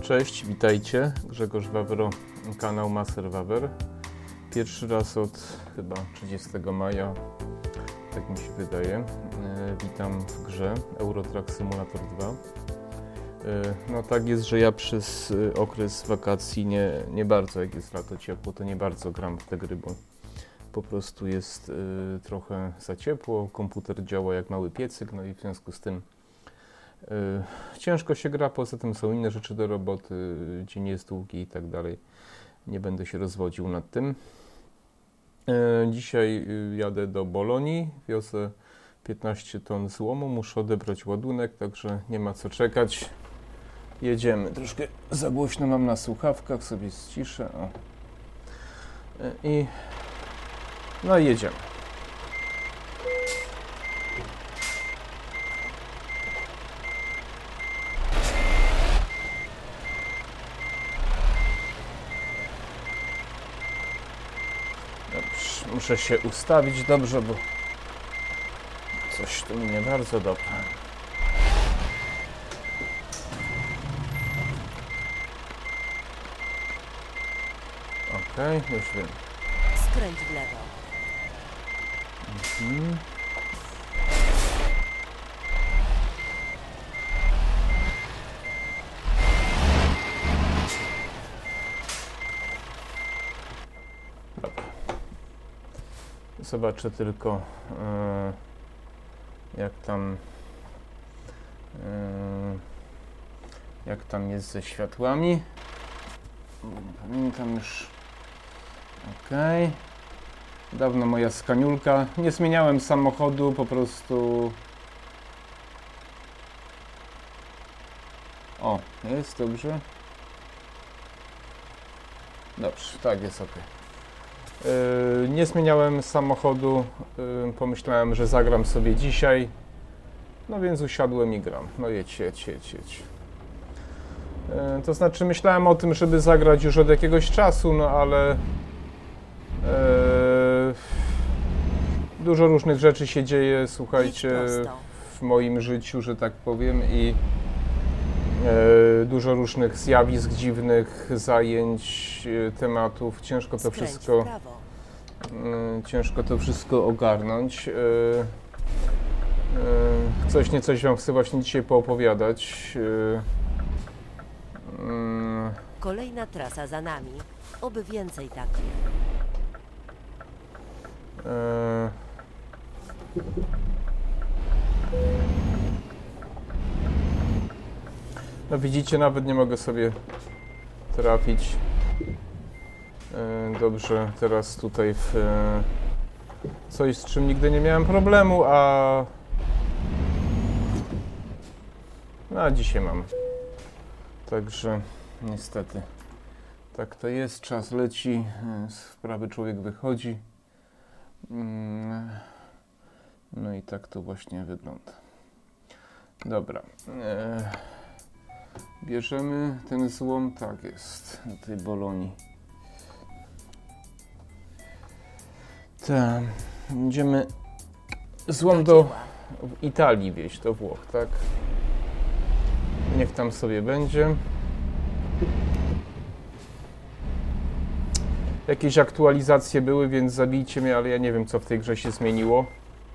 Cześć, witajcie. Grzegorz Wawro, kanał Maser Wawer. Pierwszy raz od chyba 30 maja, tak mi się wydaje. Witam w grze Euro Truck Simulator 2. No tak jest, że ja przez okres wakacji nie bardzo, jak jest lato ciepło, to nie bardzo gram w te gry, bo po prostu jest trochę za ciepło, komputer działa jak mały piecyk, no i w związku z tym ciężko się gra, poza tym są inne rzeczy do roboty, dzień jest długi i tak dalej. Nie będę się rozwodził nad tym. Dzisiaj jadę do Bolonii, wiozę 15 ton złomu, muszę odebrać ładunek, także nie ma co czekać. Jedziemy. Troszkę za głośno mam na słuchawkach, sobie ściszę. O. No i jedziemy. Dobrze, muszę się ustawić dobrze, bo coś tu mi nie bardzo dobrze. Okej, już wiem. Skręć w lewo. Dobra. Zobaczę tylko jak tam jest ze światłami. Nie pamiętam już. Okej. Dawno moja skaniulka. Nie zmieniałem samochodu, po prostu. O, jest dobrze. Dobrze, tak jest ok. Nie zmieniałem samochodu. Pomyślałem, że zagram sobie dzisiaj. No więc usiadłem i gram. No jedź. To znaczy myślałem o tym, żeby zagrać już od jakiegoś czasu, no ale dużo różnych rzeczy się dzieje, słuchajcie, w moim życiu, że tak powiem, i dużo różnych zjawisk dziwnych, zajęć, tematów. Ciężko to wszystko ogarnąć. Coś niecoś wam chcę właśnie dzisiaj poopowiadać. Kolejna trasa za nami. Oby więcej takich. No widzicie, nawet nie mogę sobie trafić. Dobrze, teraz tutaj w coś, z czym nigdy nie miałem problemu, a dzisiaj mam. Także niestety tak to jest, czas leci, z wprawy człowiek wychodzi. No i tak to właśnie wygląda. Dobra. Bierzemy ten złom, tak jest, do tej Bolonii. Tak, będziemy złom do Italii wieźć, do Włoch, tak? Niech tam sobie będzie. Jakieś aktualizacje były, więc zabijcie mnie, ale ja nie wiem, co w tej grze się zmieniło.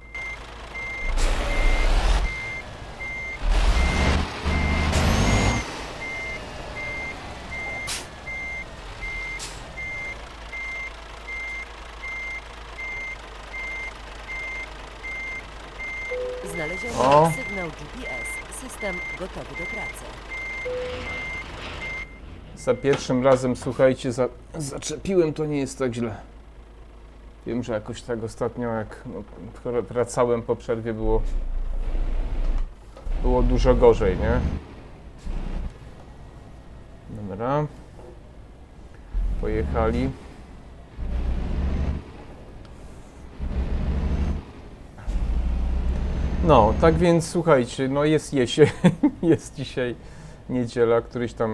Znaleziono sygnał GPS. System gotowy do pracy. Za pierwszym razem, słuchajcie, zaczepiłem, to nie jest tak źle. Wiem, że jakoś tak ostatnio, jak wracałem po przerwie, było dużo gorzej, nie? Dobra. Pojechali. No, tak więc słuchajcie, no jest jesień, jest dzisiaj niedziela, któryś tam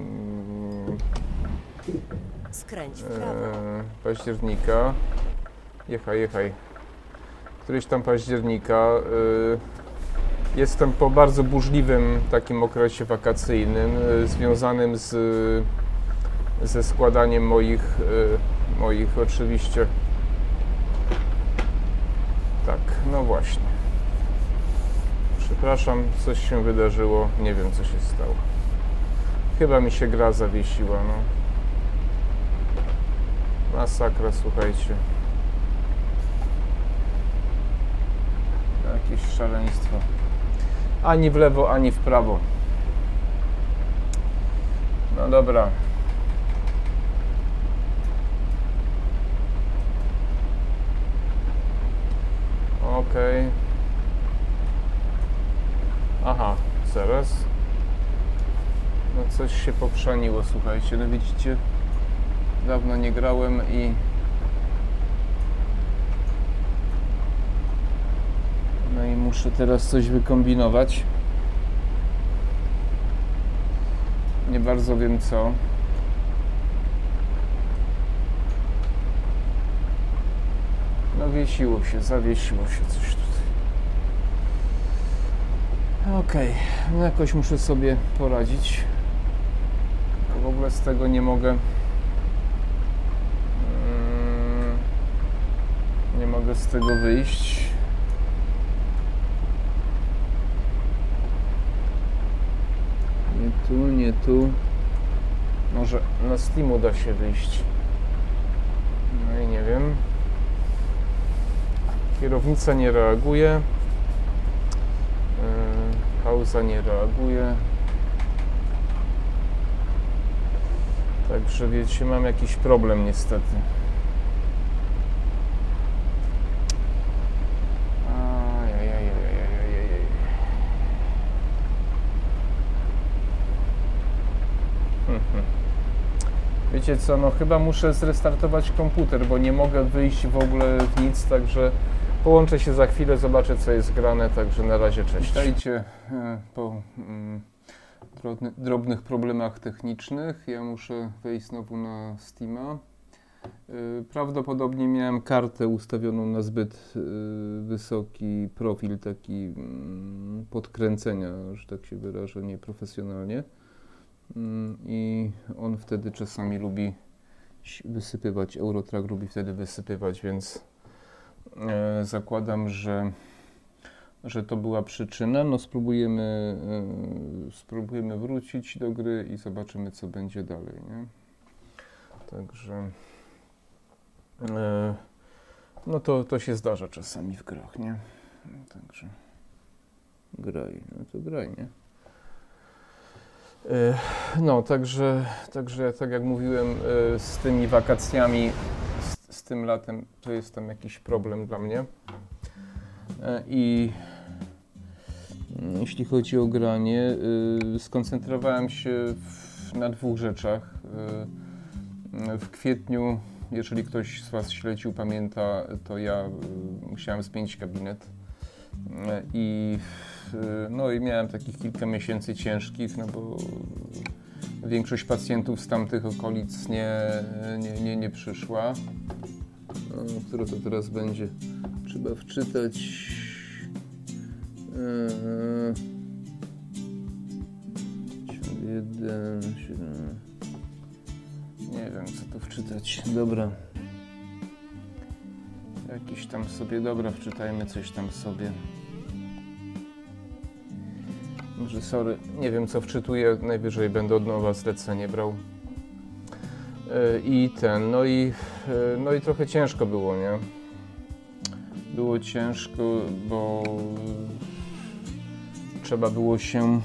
Skręć w prawo. października. Jechaj. Któryś tam października. Jestem po bardzo burzliwym takim okresie wakacyjnym, związanym ze składaniem moich oczywiście. Tak, no właśnie. Przepraszam, coś się wydarzyło, nie wiem co się stało. Chyba mi się gra zawiesiła, no. Masakra, słuchajcie. Jakieś szaleństwo. Ani w lewo, ani w prawo. No dobra. Okej. Aha, zaraz. No coś się poprzaniło, słuchajcie. No widzicie, dawno nie grałem i no i muszę teraz coś wykombinować. Nie bardzo wiem co. No zawiesiło się coś tutaj. Okej, no jakoś muszę sobie poradzić. W ogóle z tego nie mogę. Nie mogę z tego wyjść. Nie tu. Może na Steamu da się wyjść. No i nie wiem. Kierownica nie reaguje. Pauza nie reaguje. Także wiecie, mam jakiś problem niestety. Wiecie co, no chyba muszę zrestartować komputer, bo nie mogę wyjść w ogóle w nic, także połączę się za chwilę, zobaczę co jest grane, także na razie cześć. Witajcie po drobnych problemach technicznych. Ja muszę wejść znowu na Steama. Prawdopodobnie miałem kartę ustawioną na zbyt wysoki profil, taki podkręcenia, że tak się wyrażę, nieprofesjonalnie. I on wtedy czasami lubi wysypywać, Eurotrack lubi wtedy wysypywać, więc zakładam, że to była przyczyna. No spróbujemy wrócić do gry i zobaczymy co będzie dalej, nie? Także no to się zdarza czasami w grach, nie? Także graj, no to graj, nie? No, także tak jak mówiłem, z tymi wakacjami, z tym latem, to jest tam jakiś problem dla mnie. I jeśli chodzi o granie, skoncentrowałem się na dwóch rzeczach. W kwietniu, jeżeli ktoś z Was śledził, pamięta, to ja musiałem zmienić gabinet. No i miałem takich kilka miesięcy ciężkich, no bo większość pacjentów z tamtych okolic nie przyszła. No, które to teraz będzie? Trzeba wczytać. Nie wiem co tu wczytać. Dobra. Jakiś tam sobie, dobra, wczytajmy coś tam sobie. Może sorry, nie wiem co wczytuję, najwyżej będę od nowa zlecenie brał. No i trochę ciężko było, nie? Było ciężko, bo trzeba było się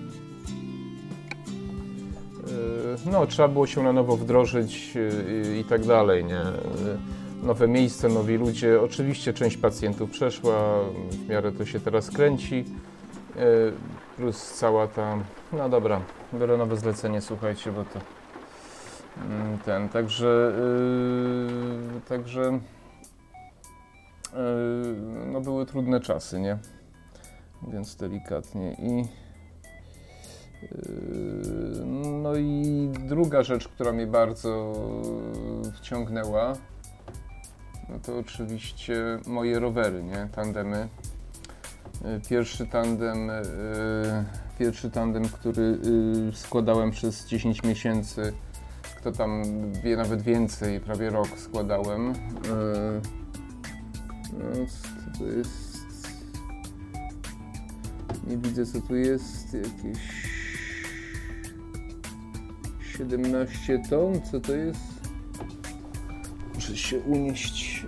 na nowo wdrożyć i tak dalej, nie? Nowe miejsce, nowi ludzie. Oczywiście część pacjentów przeszła, w miarę to się teraz kręci. Plus cała ta... No dobra, biorę nowe zlecenie, słuchajcie, bo to... Także no były trudne czasy, nie? Więc delikatnie no i druga rzecz, która mnie bardzo wciągnęła, no to oczywiście moje rowery, nie? Tandemy. Pierwszy tandem, który składałem przez 10 miesięcy, kto tam wie, nawet więcej, prawie rok składałem. No, co to jest? Nie widzę, co tu jest. Jakieś 17 ton, co to jest? Muszę się unieść.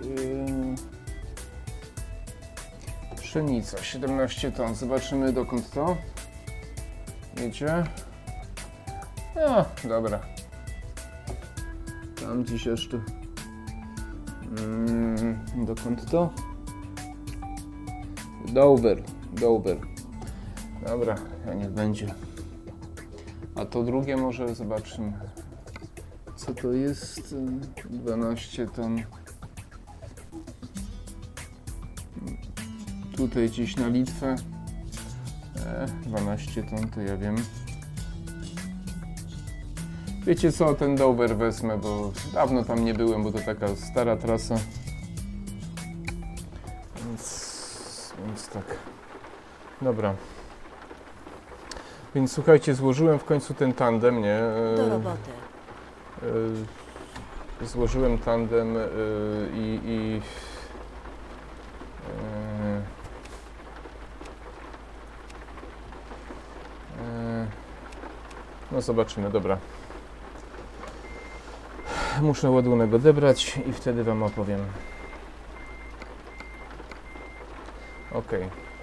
Pszenica, 17 ton. Zobaczymy, dokąd to jedzie. No, dobra. Tam gdzieś jeszcze. Dokąd to? Dover. Dobra, niech będzie. A to drugie może zobaczymy. Co to jest? 12 ton. Tutaj gdzieś na Litwę. 12 ton, to ja wiem. Wiecie co, ten Dover wezmę, bo dawno tam nie byłem, bo to taka stara trasa. Więc tak. Dobra. Więc słuchajcie, złożyłem w końcu ten tandem, nie? Do roboty. Złożyłem tandem no zobaczymy, dobra. Muszę ładunek odebrać i wtedy wam opowiem. Ok.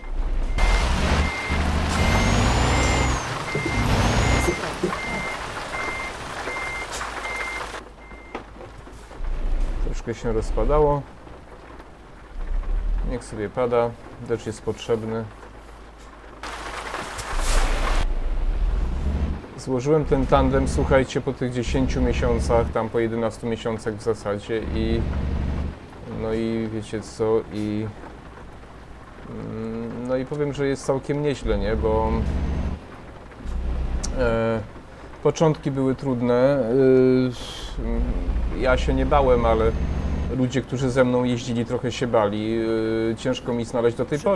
Troszkę się rozpadało. Niech sobie pada, deszcz jest potrzebny. Złożyłem ten tandem, słuchajcie, po tych 10 miesiącach, tam po 11 miesiącach w zasadzie i no i wiecie co, no i powiem, że jest całkiem nieźle, nie, bo początki były trudne, ja się nie bałem, ale ludzie, którzy ze mną jeździli, trochę się bali, ciężko mi znaleźć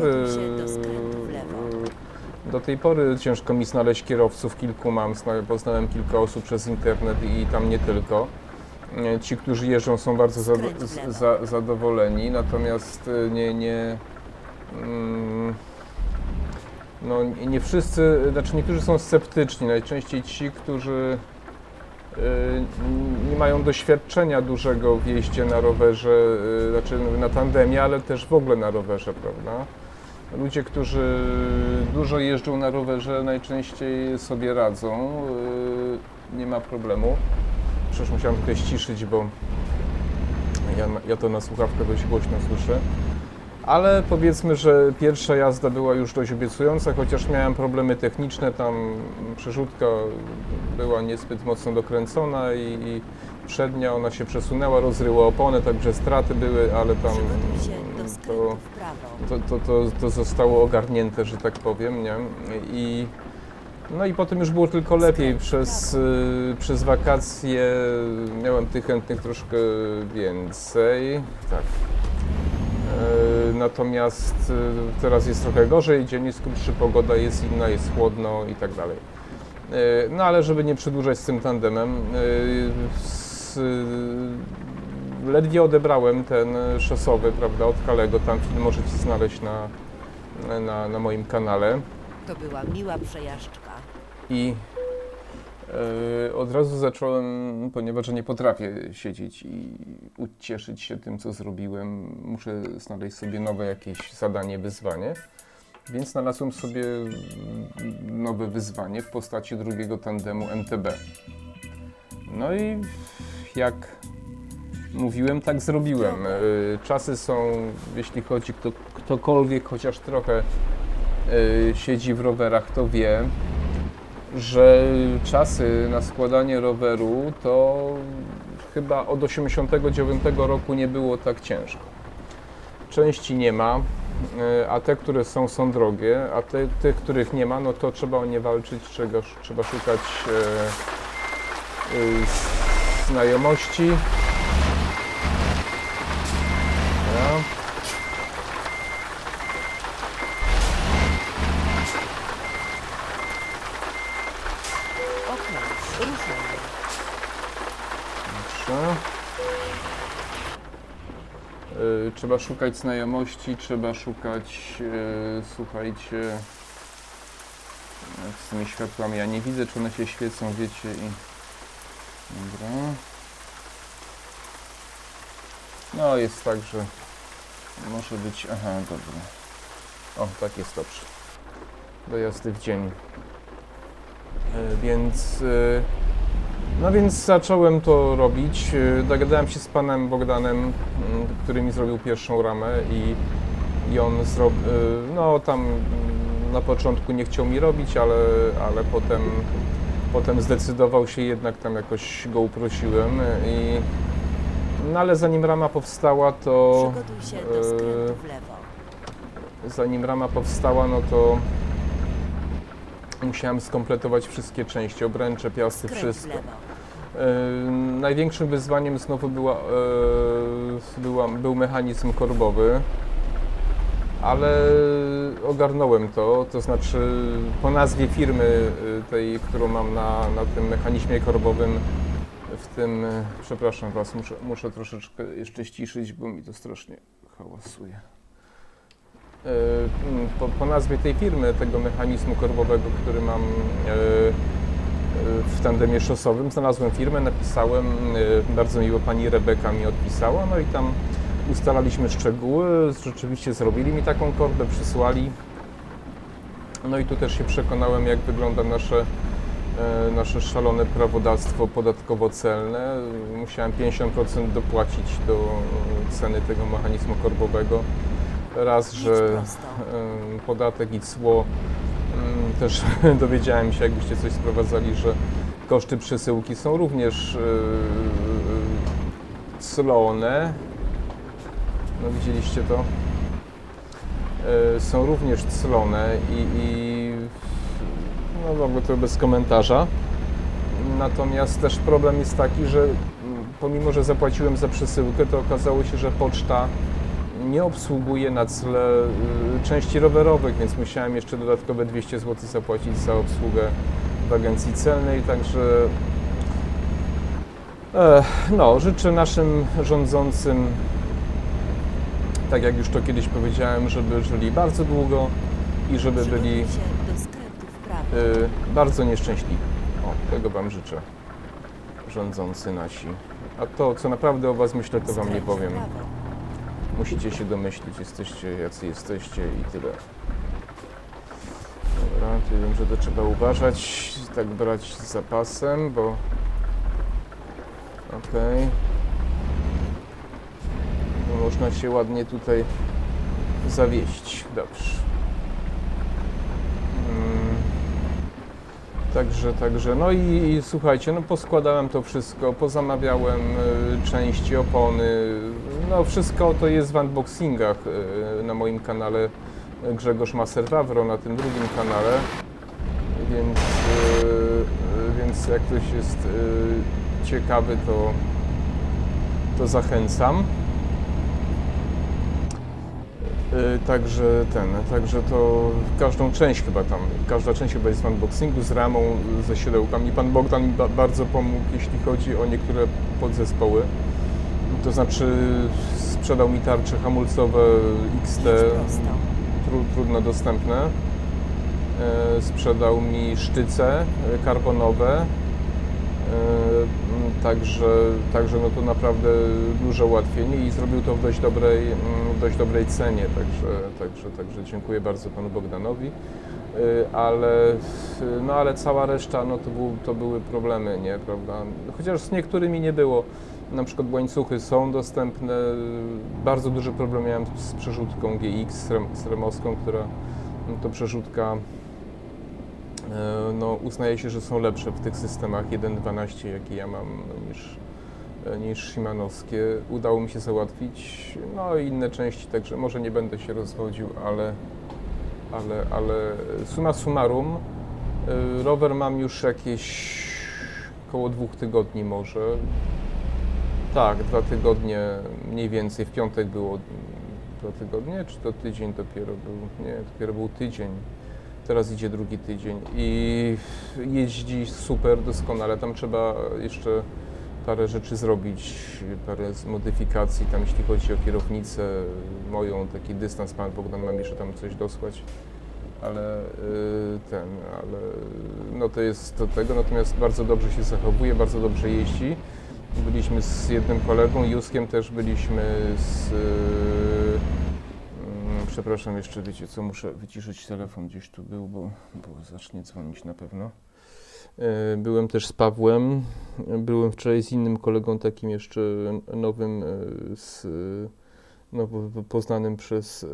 do tej pory ciężko mi znaleźć kierowców, kilku mam, poznałem kilka osób przez internet i tam nie tylko. Ci, którzy jeżdżą, są bardzo zadowoleni, natomiast nie wszyscy, znaczy niektórzy są sceptyczni, najczęściej ci, którzy nie mają doświadczenia dużego w jeździe na rowerze, znaczy na tandemie, ale też w ogóle na rowerze, prawda? Ludzie, którzy dużo jeżdżą na rowerze, najczęściej sobie radzą, nie ma problemu. Przecież musiałem tutaj ściszyć, bo ja to na słuchawkę dość głośno słyszę. Ale powiedzmy, że pierwsza jazda była już dość obiecująca, chociaż miałem problemy techniczne, tam przerzutka była niezbyt mocno dokręcona i przednia, ona się przesunęła, rozryła oponę, także straty były, ale tam to zostało ogarnięte, że tak powiem, nie? No i potem już było tylko lepiej. Przez wakacje miałem tych chętnych troszkę więcej. Tak. Natomiast teraz jest trochę gorzej, dzień jest krótszy, pogoda jest inna, jest chłodno i tak dalej. No ale żeby nie przedłużać z tym tandemem, ledwie odebrałem ten szosowy, prawda, od Kalego, tam film możecie znaleźć na moim kanale. To była miła przejażdżka. I od razu zacząłem, ponieważ nie potrafię siedzieć i ucieszyć się tym, co zrobiłem, muszę znaleźć sobie nowe jakieś zadanie, wyzwanie, więc znalazłem sobie nowe wyzwanie w postaci drugiego tandemu MTB. No i jak mówiłem, tak zrobiłem. Czasy są, jeśli chodzi ktokolwiek chociaż trochę siedzi w rowerach, to wie, że czasy na składanie roweru to chyba od 1989 roku nie było tak ciężko. Części nie ma, a te, które są drogie, a tych, których nie ma, no to trzeba o nie walczyć, trzeba szukać znajomości. trzeba szukać znajomości, trzeba szukać, słuchajcie, z tymi światłami. Ja nie widzę, czy one się świecą, wiecie, i... Dobra. No, jest tak, że może być... Aha, dobra. O, tak jest dobrze. Do jazdy w dzień. No więc zacząłem to robić. Dogadałem się z panem Bogdanem, który mi zrobił pierwszą ramę i on zrobił, no tam na początku nie chciał mi robić, ale potem zdecydował się, jednak tam jakoś go uprosiłem no ale zanim rama powstała, to... Przygotuj się do skrętu w lewo. Zanim rama powstała, no to musiałem skompletować wszystkie części, obręcze, piasty, Skręć w wszystko. lewo. Największym wyzwaniem znowu był mechanizm korbowy, ale ogarnąłem to znaczy po nazwie firmy tej, którą mam na tym mechanizmie korbowym, w tym, przepraszam Was, muszę troszeczkę jeszcze ściszyć, bo mi to strasznie hałasuje. Po nazwie tej firmy, tego mechanizmu korbowego, który mam w tandemie szosowym, znalazłem firmę, napisałem, bardzo miło pani Rebeka mi odpisała, no i tam ustalaliśmy szczegóły, rzeczywiście zrobili mi taką korbę, przysłali. No i tu też się przekonałem, jak wygląda nasze szalone prawodawstwo podatkowo-celne. Musiałem 50% dopłacić do ceny tego mechanizmu korbowego. Raz, że podatek i cło, też dowiedziałem się, jakbyście coś sprowadzali, że koszty przesyłki są również clone. No widzieliście to? Są również clone i no w ogóle to bez komentarza. Natomiast też problem jest taki, że pomimo, że zapłaciłem za przesyłkę, to okazało się, że poczta nie obsługuje na cle części rowerowych, więc musiałem jeszcze dodatkowe 200 zł zapłacić za obsługę w agencji celnej, także no, życzę naszym rządzącym, tak jak już to kiedyś powiedziałem, żeby żyli bardzo długo i żeby byli Przygotuj się do skrętu w prawo. bardzo nieszczęśliwi. O, tego Wam życzę, rządzący nasi. A to, co naprawdę o Was myślę, to Wam nie Skręć w powiem. prawo. Musicie się domyślić, jesteście jacy jesteście i tyle. Dobra, tu wiem, że to trzeba uważać, tak brać z zapasem, bo... Okej. No, można się ładnie tutaj zawieść. Dobrze. Także, no i słuchajcie, no poskładałem to wszystko, pozamawiałem części, opony, no wszystko to jest w unboxingach na moim kanale Grzegorz Maser-Wawro, na tym drugim kanale, więc jak ktoś jest ciekawy, to zachęcam. Także to każdą część chyba tam, każda część chyba jest w unboxingu z ramą, ze siodełkami. Pan Bogdan mi bardzo pomógł, jeśli chodzi o niektóre podzespoły. To znaczy sprzedał mi tarcze hamulcowe XT, trudno dostępne. Sprzedał mi sztyce karbonowe. Także no to naprawdę duże ułatwienie i zrobił to w dość dobrej cenie, także dziękuję bardzo panu Bogdanowi, ale cała reszta, no to były problemy, nie, prawda, chociaż z niektórymi nie było, na przykład łańcuchy są dostępne, bardzo duży problem miałem z przerzutką GX, z remowską, która to przerzutka, no, uznaje się, że są lepsze w tych systemach 1.12, jakie ja mam, niż Shimanowskie. Udało mi się załatwić, no i inne części, także może nie będę się rozwodził, ale summa summarum, rower mam już jakieś około 2 tygodni może. Tak, 2 tygodnie mniej więcej, w piątek było 2 tygodnie, czy to tydzień dopiero był? Nie, dopiero był tydzień. Teraz idzie drugi tydzień i jeździ super, doskonale. Tam trzeba jeszcze parę rzeczy zrobić, parę modyfikacji tam, jeśli chodzi o kierownicę moją, taki dystans, pan Bogdan ma mi jeszcze tam coś dosłać, ale no to jest do tego, natomiast bardzo dobrze się zachowuje, bardzo dobrze jeździ. Byliśmy z jednym kolegą, Józkiem też byliśmy przepraszam, jeszcze wiecie co, muszę wyciszyć telefon, gdzieś tu był, bo zacznie dzwonić na pewno. Byłem też z Pawłem, byłem wczoraj z innym kolegą takim jeszcze nowym, poznanym przez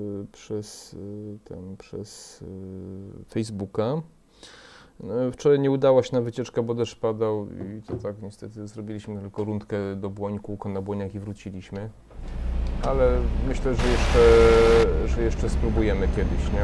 Facebooka. Wczoraj nie udała się na wycieczkę, bo deszcz padał i to tak niestety zrobiliśmy tylko rundkę do Błoń, kółko na Błoniach i wróciliśmy. Ale myślę, że jeszcze spróbujemy kiedyś, nie?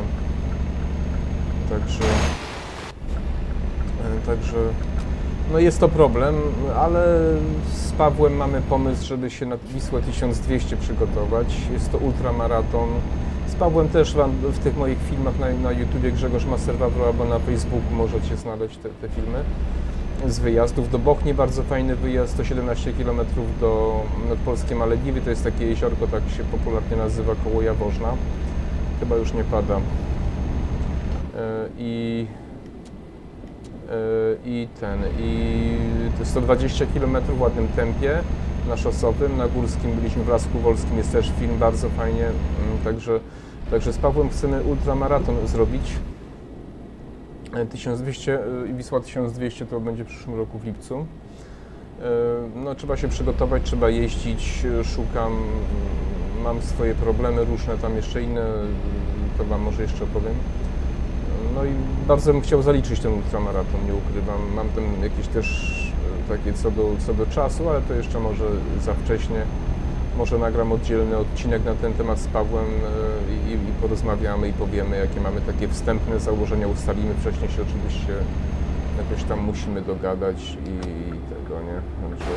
Także no jest to problem, ale z Pawłem mamy pomysł, żeby się na Wisłę 1200 przygotować. Jest to ultramaraton. Z Pawłem też w tych moich filmach na YouTubie Grzegorz Maser-Wawro albo na Facebooku możecie znaleźć te filmy z wyjazdów. Do Bochni bardzo fajny wyjazd, 117 km nad Polskiem Malediwy. To jest takie jeziorko, tak się popularnie nazywa, koło Jaworzna. Chyba już nie pada. I to 120 km w ładnym tempie na szosowym, na górskim byliśmy w Lasku Wolskim, jest też film, bardzo fajnie, także z Pawłem chcemy ultramaraton zrobić. 1200 i Wisła 1200 to będzie w przyszłym roku w lipcu. No, trzeba się przygotować, trzeba jeździć, mam swoje problemy różne, tam jeszcze inne, to Wam może jeszcze opowiem. No i bardzo bym chciał zaliczyć ten ultramaraton, nie ukrywam. Mam tam jakieś też takie co do czasu, ale to jeszcze może za wcześnie. Może nagram oddzielny odcinek na ten temat z Pawłem i porozmawiamy i powiemy, jakie mamy takie wstępne założenia, ustalimy. Wcześniej się oczywiście jakoś tam musimy dogadać i tego, nie? Także...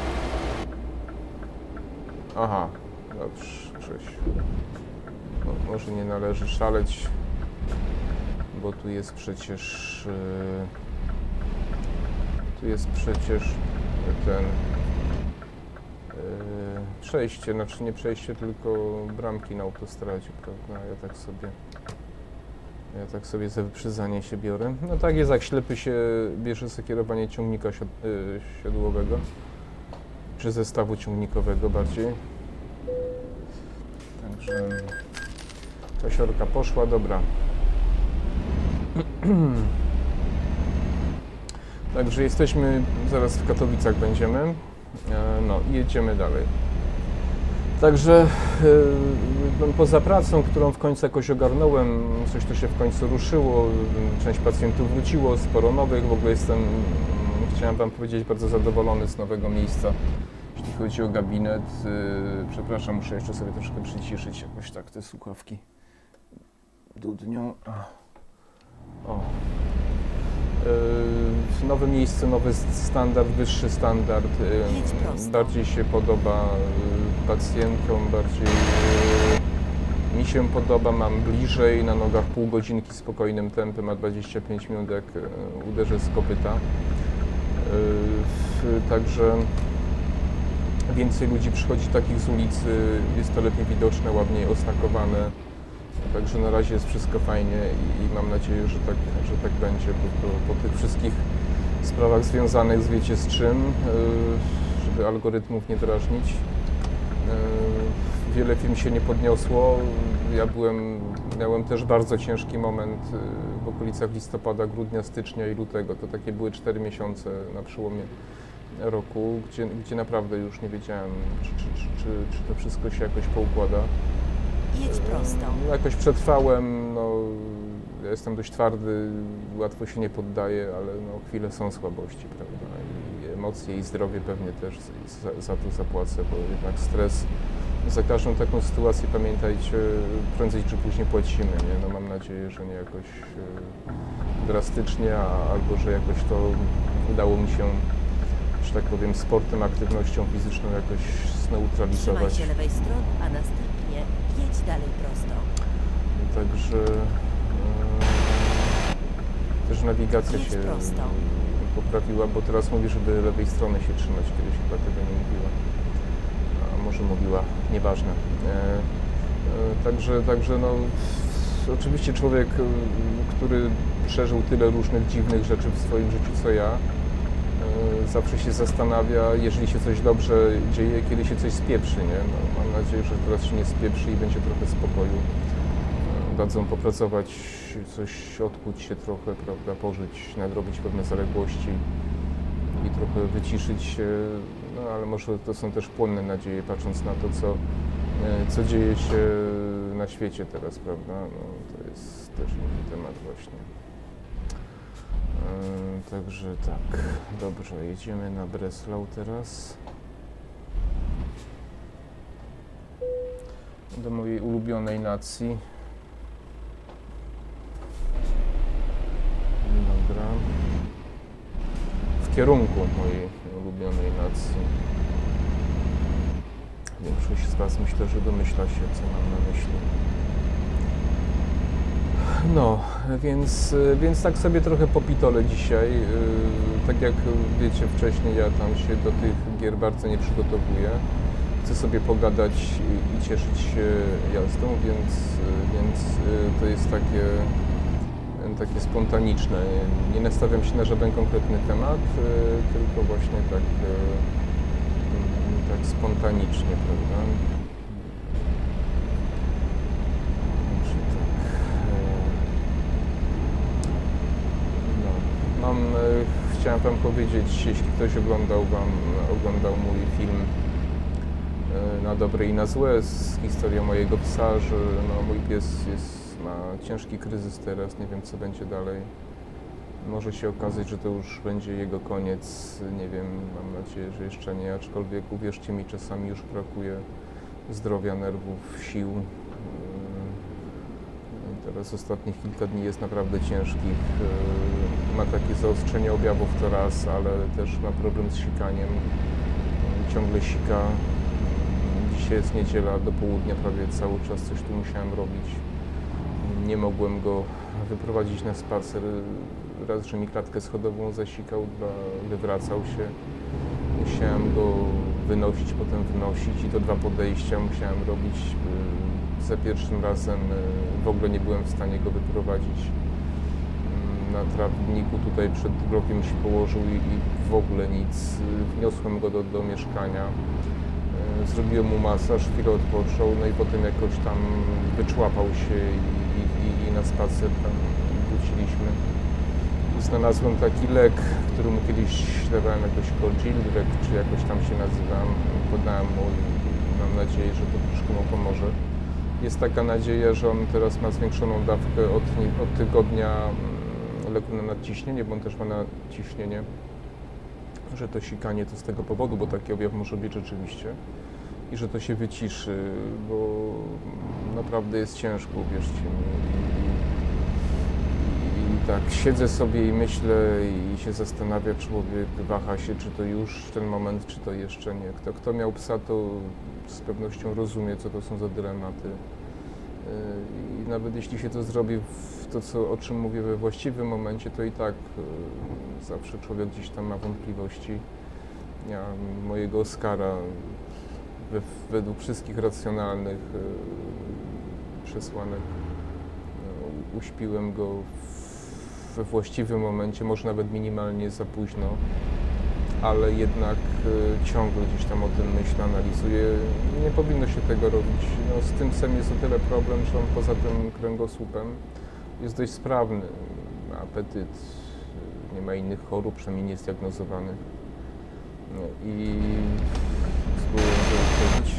Aha, dobrze, cześć. No, może nie należy szaleć, bo tu jest przecież ten przejście, znaczy nie przejście, tylko bramki na autostradzie, prawda? Ja tak sobie za wyprzedzanie się biorę. No tak jest, jak ślepy się bierze za kierowanie ciągnika siodłowego, czy zestawu ciągnikowego bardziej. Także ta siorka poszła, dobra. Także jesteśmy, zaraz w Katowicach będziemy, no i jedziemy dalej. Także poza pracą, którą w końcu jakoś ogarnąłem, coś to się w końcu ruszyło, część pacjentów wróciło, sporo nowych, w ogóle chciałem Wam powiedzieć, bardzo zadowolony z nowego miejsca, jeśli chodzi o gabinet. Przepraszam, muszę jeszcze sobie troszkę przyciszyć jakoś tak te słuchawki dudnią. O. Nowe miejsce, nowy standard, wyższy standard, bardziej się podoba pacjentom, bardziej mi się podoba, mam bliżej, na nogach pół godzinki spokojnym tempem, a 25 minut jak uderzę z kopyta. Także więcej ludzi przychodzi takich z ulicy, jest to lepiej widoczne, ładniej oznakowane. Także na razie jest wszystko fajnie i mam nadzieję, że tak będzie, bo po tych wszystkich sprawach związanych z wiecie z czym, żeby algorytmów nie drażnić. Wiele firm się nie podniosło. Ja miałem też bardzo ciężki moment w okolicach listopada, grudnia, stycznia i lutego. To takie były 4 miesiące na przełomie roku, gdzie naprawdę już nie wiedziałem, czy to wszystko się jakoś poukłada. Jedź prosto. Jakoś przetrwałem, no, ja jestem dość twardy, łatwo się nie poddaję, ale no, chwile są słabości, prawda, i emocje i zdrowie pewnie też za to zapłacę, bo jednak stres, za każdą taką sytuację, pamiętajcie, prędzej czy później płacimy, nie? No, mam nadzieję, że nie jakoś drastycznie, albo że jakoś to udało mi się, że tak powiem, sportem, aktywnością fizyczną jakoś zneutralizować. Trzymaj się lewej strony, a następnie jedź dalej prosto. Także też nawigacja Jedź się prosto. poprawiła, bo teraz mówi, żeby lewej strony się trzymać, kiedyś chyba tego nie mówiła. A może mówiła, nieważne. Także no, oczywiście człowiek, który przeżył tyle różnych dziwnych rzeczy w swoim życiu co ja, zawsze się zastanawia, jeżeli się coś dobrze dzieje, kiedy się coś spieprzy, nie? No, mam nadzieję, że teraz się nie spieprzy i będzie trochę spokoju. Dadzą popracować, coś odkuć się trochę, prawda, pożyć, nadrobić pewne zaległości i trochę wyciszyć się, no ale może to są też płonne nadzieje, patrząc na to, co dzieje się na świecie teraz, prawda, no, to jest też inny temat właśnie. Także tak, dobrze, jedziemy na Breslau teraz. Do mojej ulubionej nacji. Dobra. W kierunku mojej ulubionej nacji. Większość z Was myślę, że domyśla się, co mam na myśli. No, więc tak sobie trochę popitolę dzisiaj. Tak jak wiecie wcześniej, ja tam się do tych gier bardzo nie przygotowuję. Chcę sobie pogadać i cieszyć się jazdą, więc to jest takie spontaniczne. Nie nastawiam się na żaden konkretny temat, tylko właśnie tak spontanicznie, prawda? Chciałem Wam powiedzieć, jeśli ktoś oglądał mój film na dobre i na złe z historią mojego psa, że no, mój pies ma ciężki kryzys teraz, nie wiem co będzie dalej. Może się okazać, że to już będzie jego koniec, nie wiem, mam nadzieję, że jeszcze nie, aczkolwiek uwierzcie mi, czasami już brakuje zdrowia, nerwów, sił. Teraz ostatnich kilka dni jest naprawdę ciężkich. Ma takie zaostrzenie objawów to raz, ale też ma problem z sikaniem. Ciągle sika. Dzisiaj jest niedziela, do południa prawie cały czas coś tu musiałem robić. Nie mogłem go wyprowadzić na spacer. Raz, że mi klatkę schodową zasikał, dwa, wywracał się. Musiałem go wynosić, potem wynosić i to 2 podejścia musiałem robić. Za pierwszym razem w ogóle nie byłem w stanie go wyprowadzić. Na trawniku tutaj przed blokiem się położył i w ogóle nic. Wniosłem go do mieszkania. Zrobiłem mu masaż, chwilę odpoczął, no i potem jakoś tam wyczłapał się i na spacer tam wróciliśmy. Znalazłem taki lek, który mu kiedyś dawałem, jakoś Kordil-Lek, czy jakoś tam się nazywam. Podałem mu i mam nadzieję, że to troszkę mu pomoże. Jest taka nadzieja, że on teraz ma zwiększoną dawkę od tygodnia leku na nadciśnienie, bo on też ma nadciśnienie, że to sikanie to z tego powodu, bo taki objaw może być rzeczywiście i że to się wyciszy, bo naprawdę jest ciężko, uwierzcie mi. I tak siedzę sobie i myślę i się zastanawia człowiek, waha się, czy to już ten moment, czy to jeszcze nie. Kto miał psa, to z pewnością rozumie, co to są za dylematy. I nawet jeśli się to zrobi o czym mówię we właściwym momencie, to i tak zawsze człowiek gdzieś tam ma wątpliwości. Ja mojego Oskara według wszystkich racjonalnych przesłanek uśpiłem go we właściwym momencie, może nawet minimalnie za późno, ale jednak ciągle gdzieś tam o tym myślę, analizuję. Nie powinno się tego robić. No, z tym psem jest o tyle problem, że on poza tym kręgosłupem jest dość sprawny. Ma apetyt, nie ma innych chorób, przynajmniej nie zdiagnozowanych. I spróbuję to zrobić.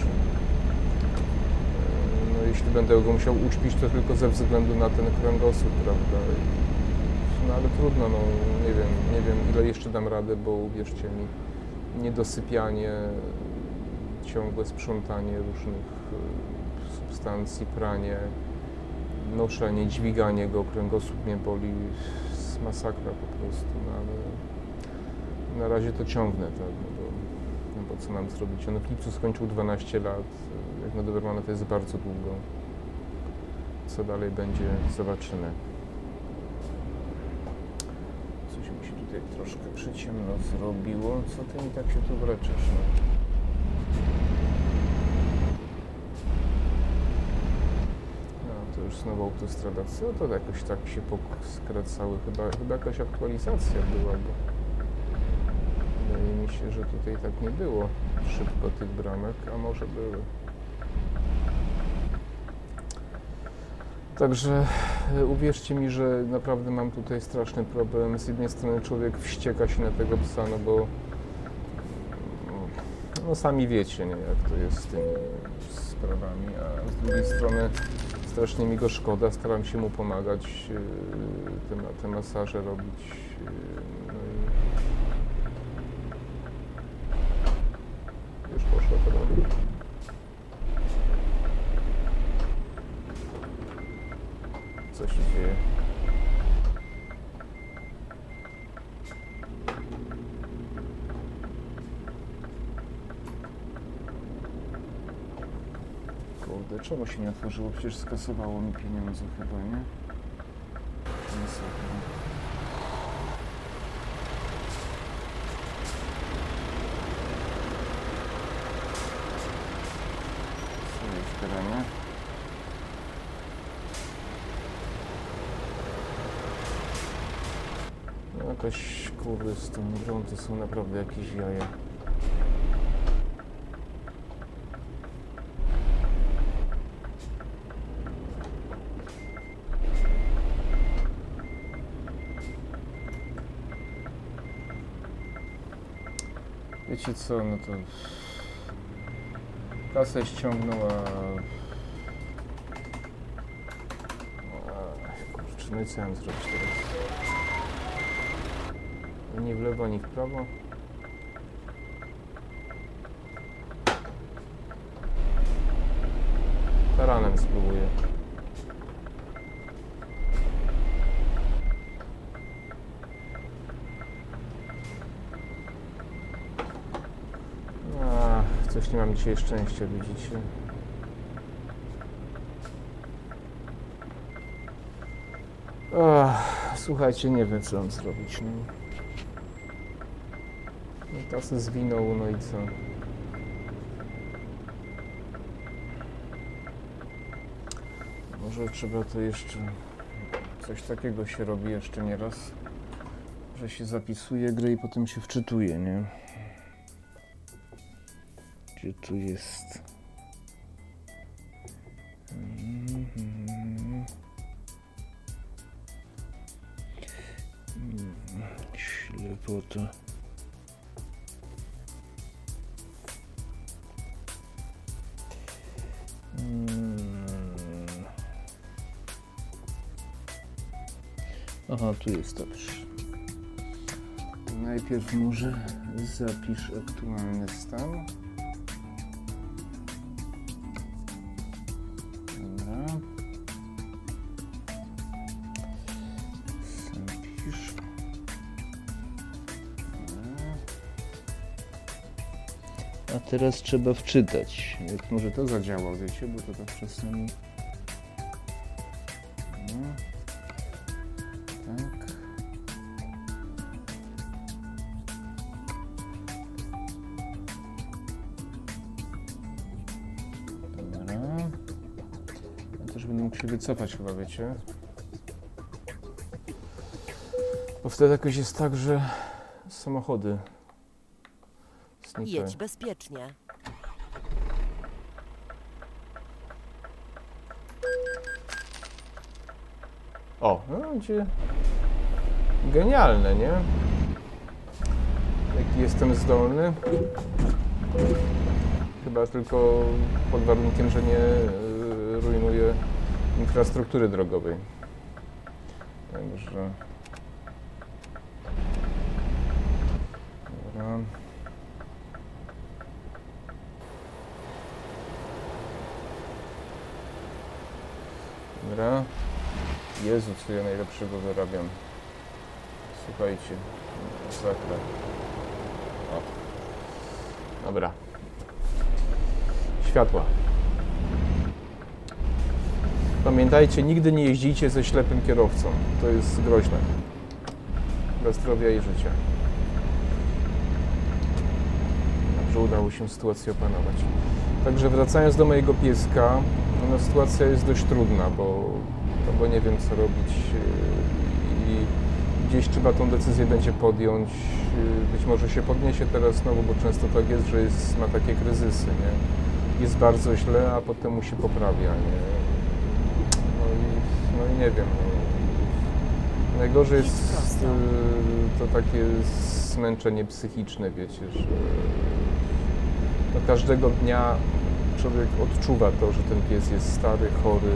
No, jeśli będę go musiał uśpić, to tylko ze względu na ten kręgosłup, prawda? No ale trudno, no nie wiem ile jeszcze dam radę, bo uwierzcie mi, niedosypianie, ciągłe sprzątanie różnych substancji, pranie, noszenie, dźwiganie go, kręgosłup mnie boli, jest masakra po prostu, no ale na razie to ciągnę, tak, no bo co mam zrobić? On w lipcu skończył 12 lat, jak na Dobermana to jest bardzo długo. Co dalej będzie, zobaczymy. Coś mi się tutaj troszkę przyciemno zrobiło. Co ty mi tak się tu wleczysz? No? No, to już znowu autostrada. Co to jakoś tak się skracały? Chyba jakaś aktualizacja była, bo wydaje mi się, że tutaj tak nie było szybko tych bramek, a może były. Także uwierzcie mi, że naprawdę mam tutaj straszny problem. Z jednej strony człowiek wścieka się na tego psa, no bo no sami wiecie, nie, jak to jest z tymi sprawami, a z drugiej strony strasznie mi go szkoda, staram się mu pomagać, te masaże robić. No i już poszło to robić. Co się dzieje? Kurde, czemu się nie otworzyło? Przecież skasowało mi pieniądze chyba, nie? Niestety. Co jest w terenie? No jakaś, kurde, z tą grą to są naprawdę jakieś jaja. Wiecie co, no to kasę ściągnął, kurczę, no i co mam zrobić teraz? Ani w lewo, ani w prawo. Taranem spróbuję. Coś nie mam dzisiaj szczęścia, widzicie? Słuchajcie, nie wiem co mam zrobić. No. Kasę zwinął, no i co? Może trzeba to jeszcze... Coś takiego się robi jeszcze nieraz, że się zapisuje grę i potem się wczytuje, nie? Gdzie tu jest? Ślepota. Aha, tu jest dobrze. Najpierw może zapisz aktualny stan. Dobra. Zapisz. A teraz trzeba wczytać. Jak może to zadziała, wiecie, bo to tak czasami... No. Tak. Dobra. Ja też będę mógł się wycofać chyba, wiecie. Bo wtedy jakoś jest tak, że samochody znikają. Jedź bezpiecznie. O, no będzie genialne, nie? Jaki jestem zdolny. Chyba tylko pod warunkiem, że nie rujnuję infrastruktury drogowej. Także... Dobra. Dobra. Jezu, co ja najlepszego wyrabiam. Słuchajcie, zakręt. O. Dobra. Światła. Pamiętajcie, nigdy nie jeździcie ze ślepym kierowcą. To jest groźne. Dla zdrowia i życia. że udało się sytuację opanować. Także wracając do mojego pieska, no sytuacja jest dość trudna, bo nie wiem co robić i gdzieś trzeba tą decyzję będzie podjąć. Być może się podniesie teraz znowu, bo często tak jest, że ma takie kryzysy, nie? Jest bardzo źle, a potem mu się poprawia, nie? No i nie wiem. Najgorzej jest to takie zmęczenie psychiczne, wiecie, że no każdego dnia człowiek odczuwa to, że ten pies jest stary, chory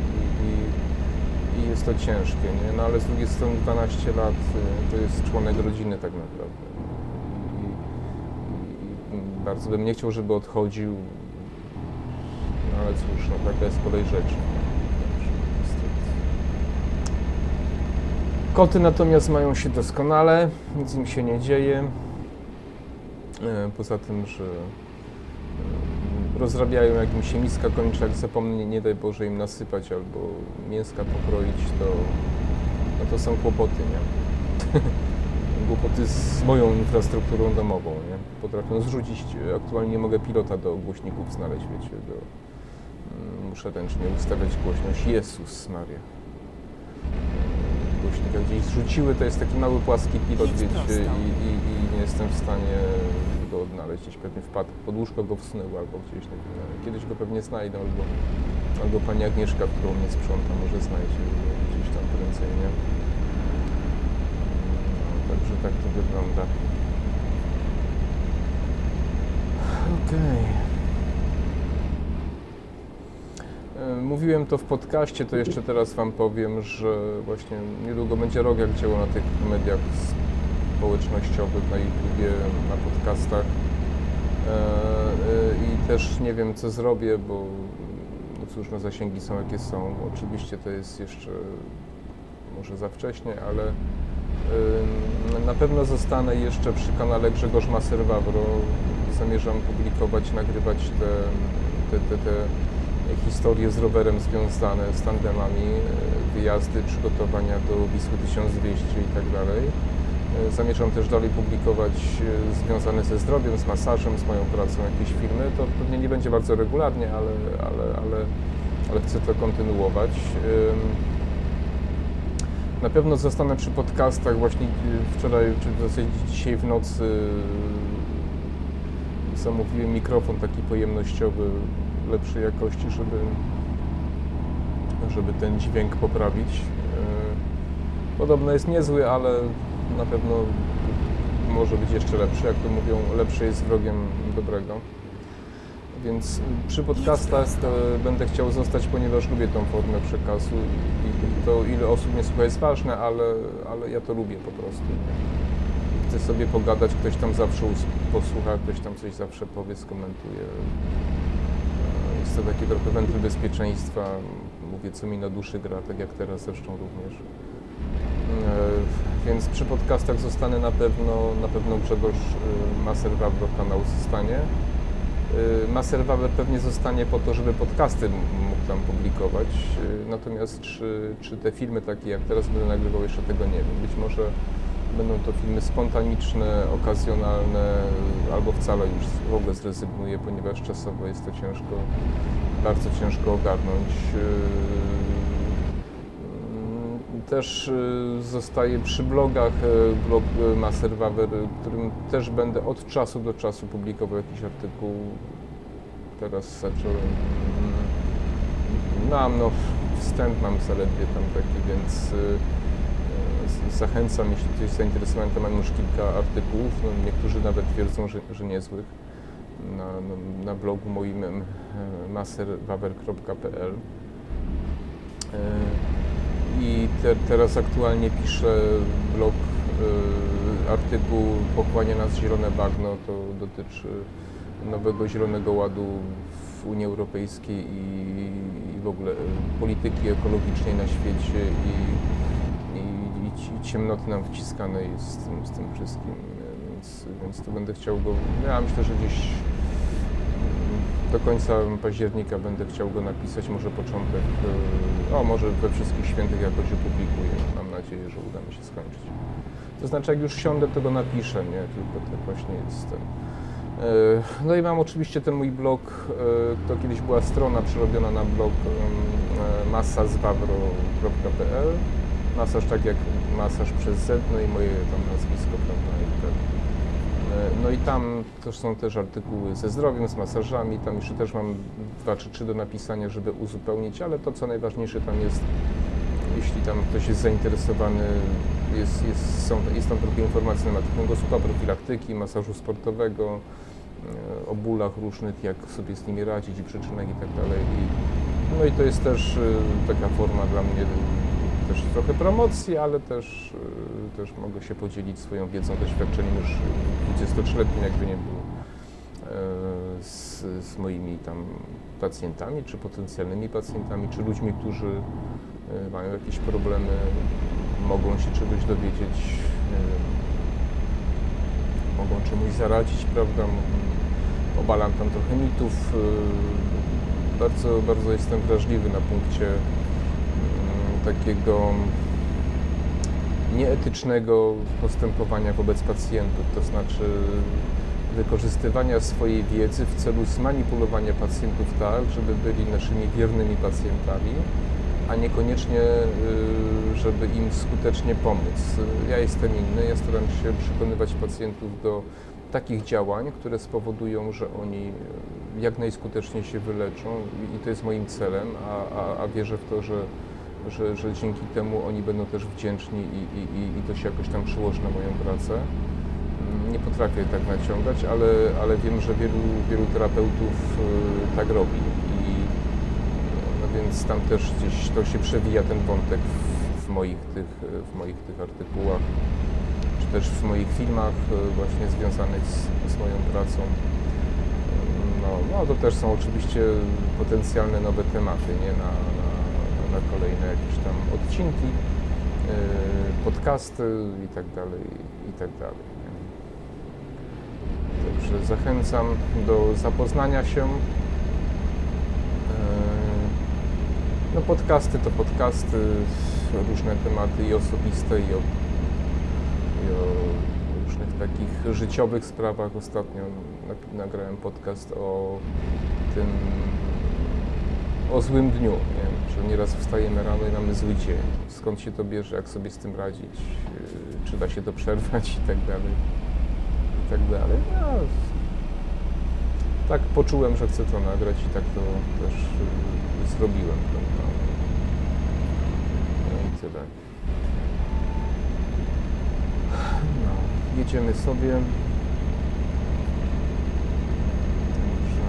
i jest to ciężkie, nie? No ale z drugiej strony 12 lat to jest członek rodziny tak naprawdę. I bardzo bym nie chciał, żeby odchodził, no ale cóż, no taka jest kolej rzeczy. Koty natomiast mają się doskonale, nic im się nie dzieje. Poza tym, że rozrabiają, jak im się miska kończy, jak zapomnę, nie daj Boże im nasypać albo mięska pokroić, to są kłopoty, nie? Kłopoty z moją infrastrukturą domową, nie? Potrafią zrzucić, aktualnie nie mogę pilota do głośników znaleźć, wiecie, muszę ręcznie ustawiać głośność. Jezus Maria. Głośnika gdzieś zrzuciły, to jest taki mały, płaski pilot, wiecie, i nie jestem w stanie go odnaleźć. Gdzieś pewnie wpadł pod łóżko, go wsunęło albo gdzieś tak. Kiedyś go pewnie znajdę, albo pani Agnieszka, którą mnie sprząta, może znajdzie gdzieś tam prędzej, nie? Także tak to wygląda. Okej. Mówiłem to w podcaście, to jeszcze teraz Wam powiem, że właśnie niedługo będzie rok, jak działo na tych mediach społecznościowych, na YouTubie, na podcastach i też nie wiem, co zrobię, bo no cóż, no zasięgi są jakie są. Oczywiście to jest jeszcze może za wcześnie, ale na pewno zostanę jeszcze przy kanale Grzegorz Maser-Wawro. Zamierzam publikować, nagrywać te historie z rowerem związane z tandemami, wyjazdy, przygotowania do Wisły 1200 i tak dalej. Zamierzam też dalej publikować związane ze zdrowiem, z masażem, z moją pracą jakieś filmy. To pewnie nie będzie bardzo regularnie, ale chcę to kontynuować. Na pewno zostanę przy podcastach. Właśnie wczoraj, czy w zasadzie dzisiaj w nocy zamówiłem mikrofon taki pojemnościowy, lepszej jakości, żeby ten dźwięk poprawić. Podobno jest niezły, ale na pewno może być jeszcze lepszy. Jak to mówią, lepsze jest wrogiem dobrego. Więc przy podcastach będę chciał zostać, ponieważ lubię tą formę przekazu i to, ile osób mnie słucha, jest ważne, ale ja to lubię po prostu. Chcę sobie pogadać, ktoś tam zawsze posłucha, ktoś tam coś zawsze powie, skomentuje. Jest to taki trochę wentyl bezpieczeństwa, mówię, co mi na duszy gra, tak jak teraz zresztą również. Więc przy podcastach zostanę na pewno Grzegorz Maser-Wawro kanał zostanie. Maser-Wawro pewnie zostanie po to, żeby podcasty mógł tam publikować, natomiast czy te filmy takie jak teraz będę nagrywał, jeszcze tego nie wiem. Być może będą to filmy spontaniczne, okazjonalne, albo wcale już w ogóle zrezygnuję, ponieważ czasowo jest to ciężko, bardzo ciężko ogarnąć. Też zostaję przy blogach, blog Maser-Wawro, którym też będę od czasu do czasu publikował jakiś artykuł. Teraz zacząłem, wstęp mam zaledwie tam taki, więc zachęcam, jeśli ktoś jest zainteresowany, to mam już kilka artykułów, niektórzy nawet twierdzą, że niezłych, na blogu moim maserwawr.pl. I teraz aktualnie piszę blog, artykuł Pochłania nas zielone bagno, to dotyczy nowego Zielonego Ładu w Unii Europejskiej i w ogóle polityki ekologicznej na świecie i ciemnoty nam wciskanej z tym wszystkim, więc to będę chciał go, ja myślę, że gdzieś do końca października będę chciał go napisać, może początek, może we wszystkich świętych jakoś opublikuję, mam nadzieję, że uda mi się skończyć. To znaczy, jak już siądę, to go napiszę, nie, tylko tak właśnie jest ten. No i mam oczywiście ten mój blog, to kiedyś była strona przerobiona na blog massazwawro.pl. Masaż tak jak masaż przez Z, no i moje tam nazwisko, prawda, i tak. No i tam też są też artykuły ze zdrowiem, z masażami, tam jeszcze też mam 2 czy 3 do napisania, żeby uzupełnić, ale to co najważniejsze tam jest, jeśli tam ktoś jest zainteresowany, jest tam trochę informacji na temat kręgosłupa, profilaktyki, masażu sportowego, o bólach różnych, jak sobie z nimi radzić i przyczynach i tak dalej. No i to jest też taka forma dla mnie też trochę promocji, ale też mogę się podzielić swoją wiedzą, doświadczeniem już 23-letnim, jakby nie było, z moimi tam pacjentami, czy potencjalnymi pacjentami, czy ludźmi, którzy mają jakieś problemy, mogą się czegoś dowiedzieć, mogą czemuś zaradzić, prawda? Obalam tam trochę mitów. Bardzo jestem wrażliwy na punkcie takiego nieetycznego postępowania wobec pacjentów, to znaczy wykorzystywania swojej wiedzy w celu zmanipulowania pacjentów tak, żeby byli naszymi wiernymi pacjentami, a niekoniecznie, żeby im skutecznie pomóc. Ja jestem inny, ja staram się przekonywać pacjentów do takich działań, które spowodują, że oni jak najskuteczniej się wyleczą i to jest moim celem, a wierzę w to, że dzięki temu oni będą też wdzięczni i to się jakoś tam przełoży na moją pracę. Nie potrafię tak naciągać, ale wiem, że wielu terapeutów tak robi. Więc tam też gdzieś to się przewija ten wątek w moich tych artykułach, czy też w moich filmach właśnie związanych z moją pracą. No to też są oczywiście potencjalne nowe tematy, nie? Na kolejne jakieś tam odcinki, podcasty i tak dalej, i tak dalej. Także zachęcam do zapoznania się. No podcasty to podcasty, różne tematy i osobiste, i o różnych takich życiowych sprawach. Ostatnio nagrałem podcast o złym dniu, nie? Że nieraz wstajemy rano i mamy zły dzień. Skąd się to bierze, jak sobie z tym radzić, czy da się to przerwać i tak dalej, i tak dalej. No, tak poczułem, że chcę to nagrać i tak to też zrobiłem, prawda? No i tyle. No, jedziemy sobie. Także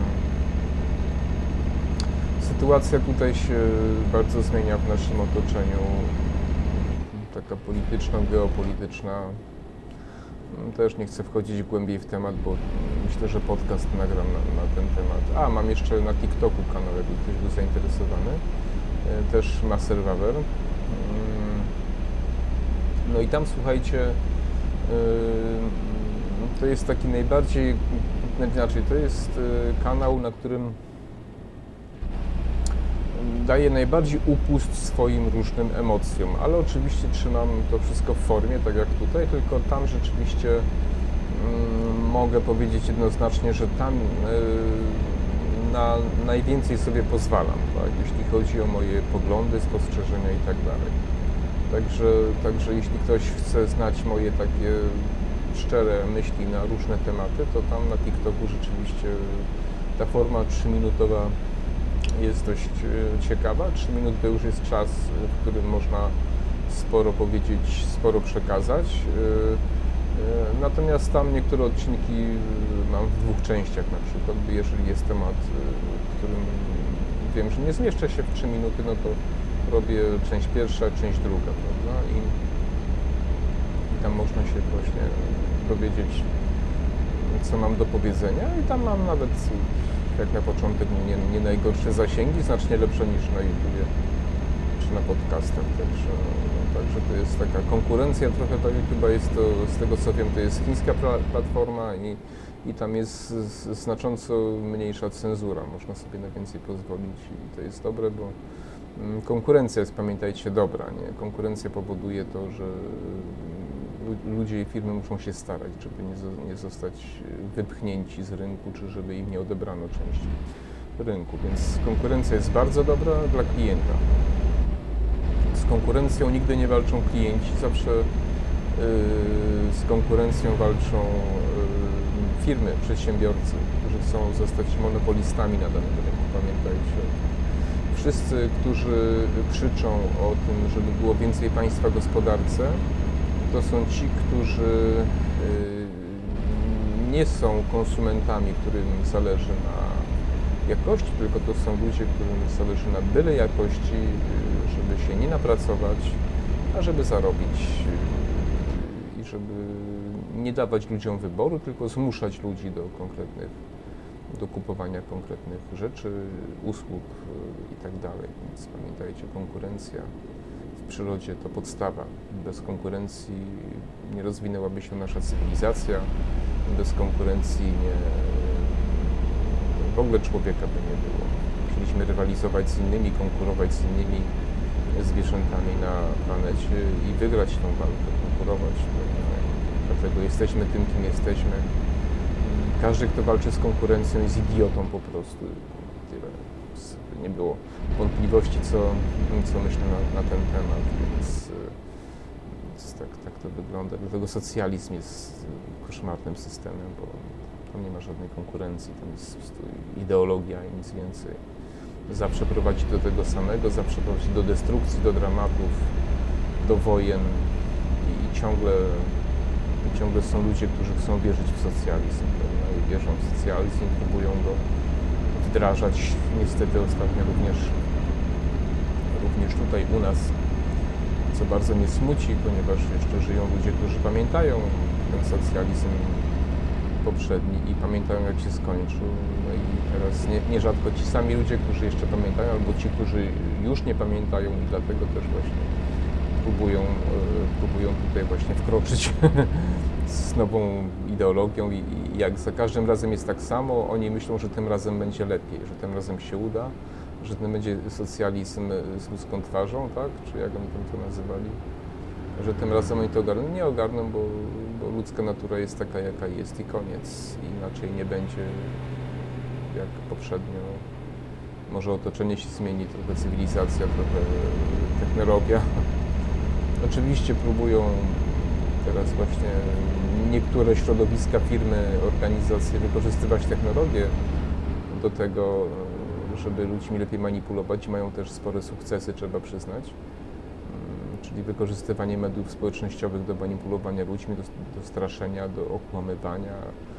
sytuacja tutaj się bardzo zmienia w naszym otoczeniu. Taka polityczna, geopolityczna. Też nie chcę wchodzić głębiej w temat, bo myślę, że podcast nagram na ten temat. Mam jeszcze na TikToku kanał, jakby ktoś był zainteresowany. Też Maser Wawer. No i tam, słuchajcie, to jest taki najbardziej, inaczej, to jest kanał, na którym daję najbardziej upust swoim różnym emocjom, ale oczywiście trzymam to wszystko w formie, tak jak tutaj, tylko tam rzeczywiście mogę powiedzieć jednoznacznie, że tam na najwięcej sobie pozwalam, tak, jeśli chodzi o moje poglądy, spostrzeżenia i tak dalej. Także jeśli ktoś chce znać moje takie szczere myśli na różne tematy, to tam na TikToku rzeczywiście ta forma 3-minutowa jest dość ciekawa. 3 minuty to już jest czas, w którym można sporo powiedzieć, sporo przekazać. Natomiast tam niektóre odcinki mam w 2 częściach na przykład, jeżeli jest temat, w którym wiem, że nie zmieszczę się w 3 minuty, no to robię część pierwsza, część druga, prawda? I tam można się właśnie dowiedzieć, co mam do powiedzenia i tam mam nawet, jak na początek, nie najgorsze zasięgi, znacznie lepsze niż na YouTubie czy na podcastach, także to jest taka konkurencja trochę do YouTube'a, jest to, z tego co wiem, to jest chińska platforma i tam jest znacząco mniejsza cenzura, można sobie na więcej pozwolić i to jest dobre, bo konkurencja jest, pamiętajcie, dobra, nie? Konkurencja powoduje to, że ludzie i firmy muszą się starać, żeby nie zostać wypchnięci z rynku, czy żeby im nie odebrano części rynku. Więc konkurencja jest bardzo dobra dla klienta. Z konkurencją nigdy nie walczą klienci, zawsze z konkurencją walczą firmy, przedsiębiorcy, którzy chcą zostać monopolistami na danym rynku. Pamiętajcie, wszyscy, którzy krzyczą o tym, żeby było więcej państwa w gospodarce, to są ci, którzy nie są konsumentami, którym zależy na jakości, tylko to są ludzie, którym zależy na byle jakości, żeby się nie napracować, a żeby zarobić i żeby nie dawać ludziom wyboru, tylko zmuszać ludzi do kupowania konkretnych rzeczy, usług i tak dalej. Więc pamiętajcie, konkurencja w przyrodzie to podstawa. Bez konkurencji nie rozwinęłaby się nasza cywilizacja, bez konkurencji w ogóle człowieka by nie było. Musieliśmy rywalizować z innymi, konkurować z innymi zwierzętami na planecie i wygrać tą walkę, konkurować. Dlatego jesteśmy tym, kim jesteśmy. Każdy, kto walczy z konkurencją, jest idiotą po prostu. Tyle. Nie było wątpliwości, co myślę na ten temat, więc tak to wygląda. Dlatego socjalizm jest koszmarnym systemem, bo tam nie ma żadnej konkurencji, tam jest ideologia i nic więcej. Zawsze prowadzi do tego samego, zawsze prowadzi do destrukcji, do dramatów, do wojen i ciągle są ludzie, którzy chcą wierzyć w socjalizm, i wierzą w socjalizm i próbują go wdrażać. Niestety ostatnio również tutaj u nas, co bardzo mnie smuci, ponieważ jeszcze żyją ludzie, którzy pamiętają ten socjalizm poprzedni i pamiętają, jak się skończył. No i teraz nierzadko ci sami ludzie, którzy jeszcze pamiętają, albo ci, którzy już nie pamiętają i dlatego też właśnie próbują tutaj właśnie wkroczyć z nową ideologią i jak za każdym razem jest tak samo, oni myślą, że tym razem będzie lepiej, że tym razem się uda, że ten będzie socjalizm z ludzką twarzą, tak? Czy jak oni tam to nazywali? Że tym razem oni to ogarną. Nie ogarną, bo ludzka natura jest taka, jaka jest i koniec. Inaczej nie będzie jak poprzednio. Może otoczenie się zmieni, trochę cywilizacja, trochę technologia. Oczywiście próbują teraz właśnie niektóre środowiska, firmy, organizacje wykorzystywać technologię do tego, żeby ludźmi lepiej manipulować. Mają też spore sukcesy, trzeba przyznać. Czyli wykorzystywanie mediów społecznościowych do manipulowania ludźmi, do straszenia, do okłamywania.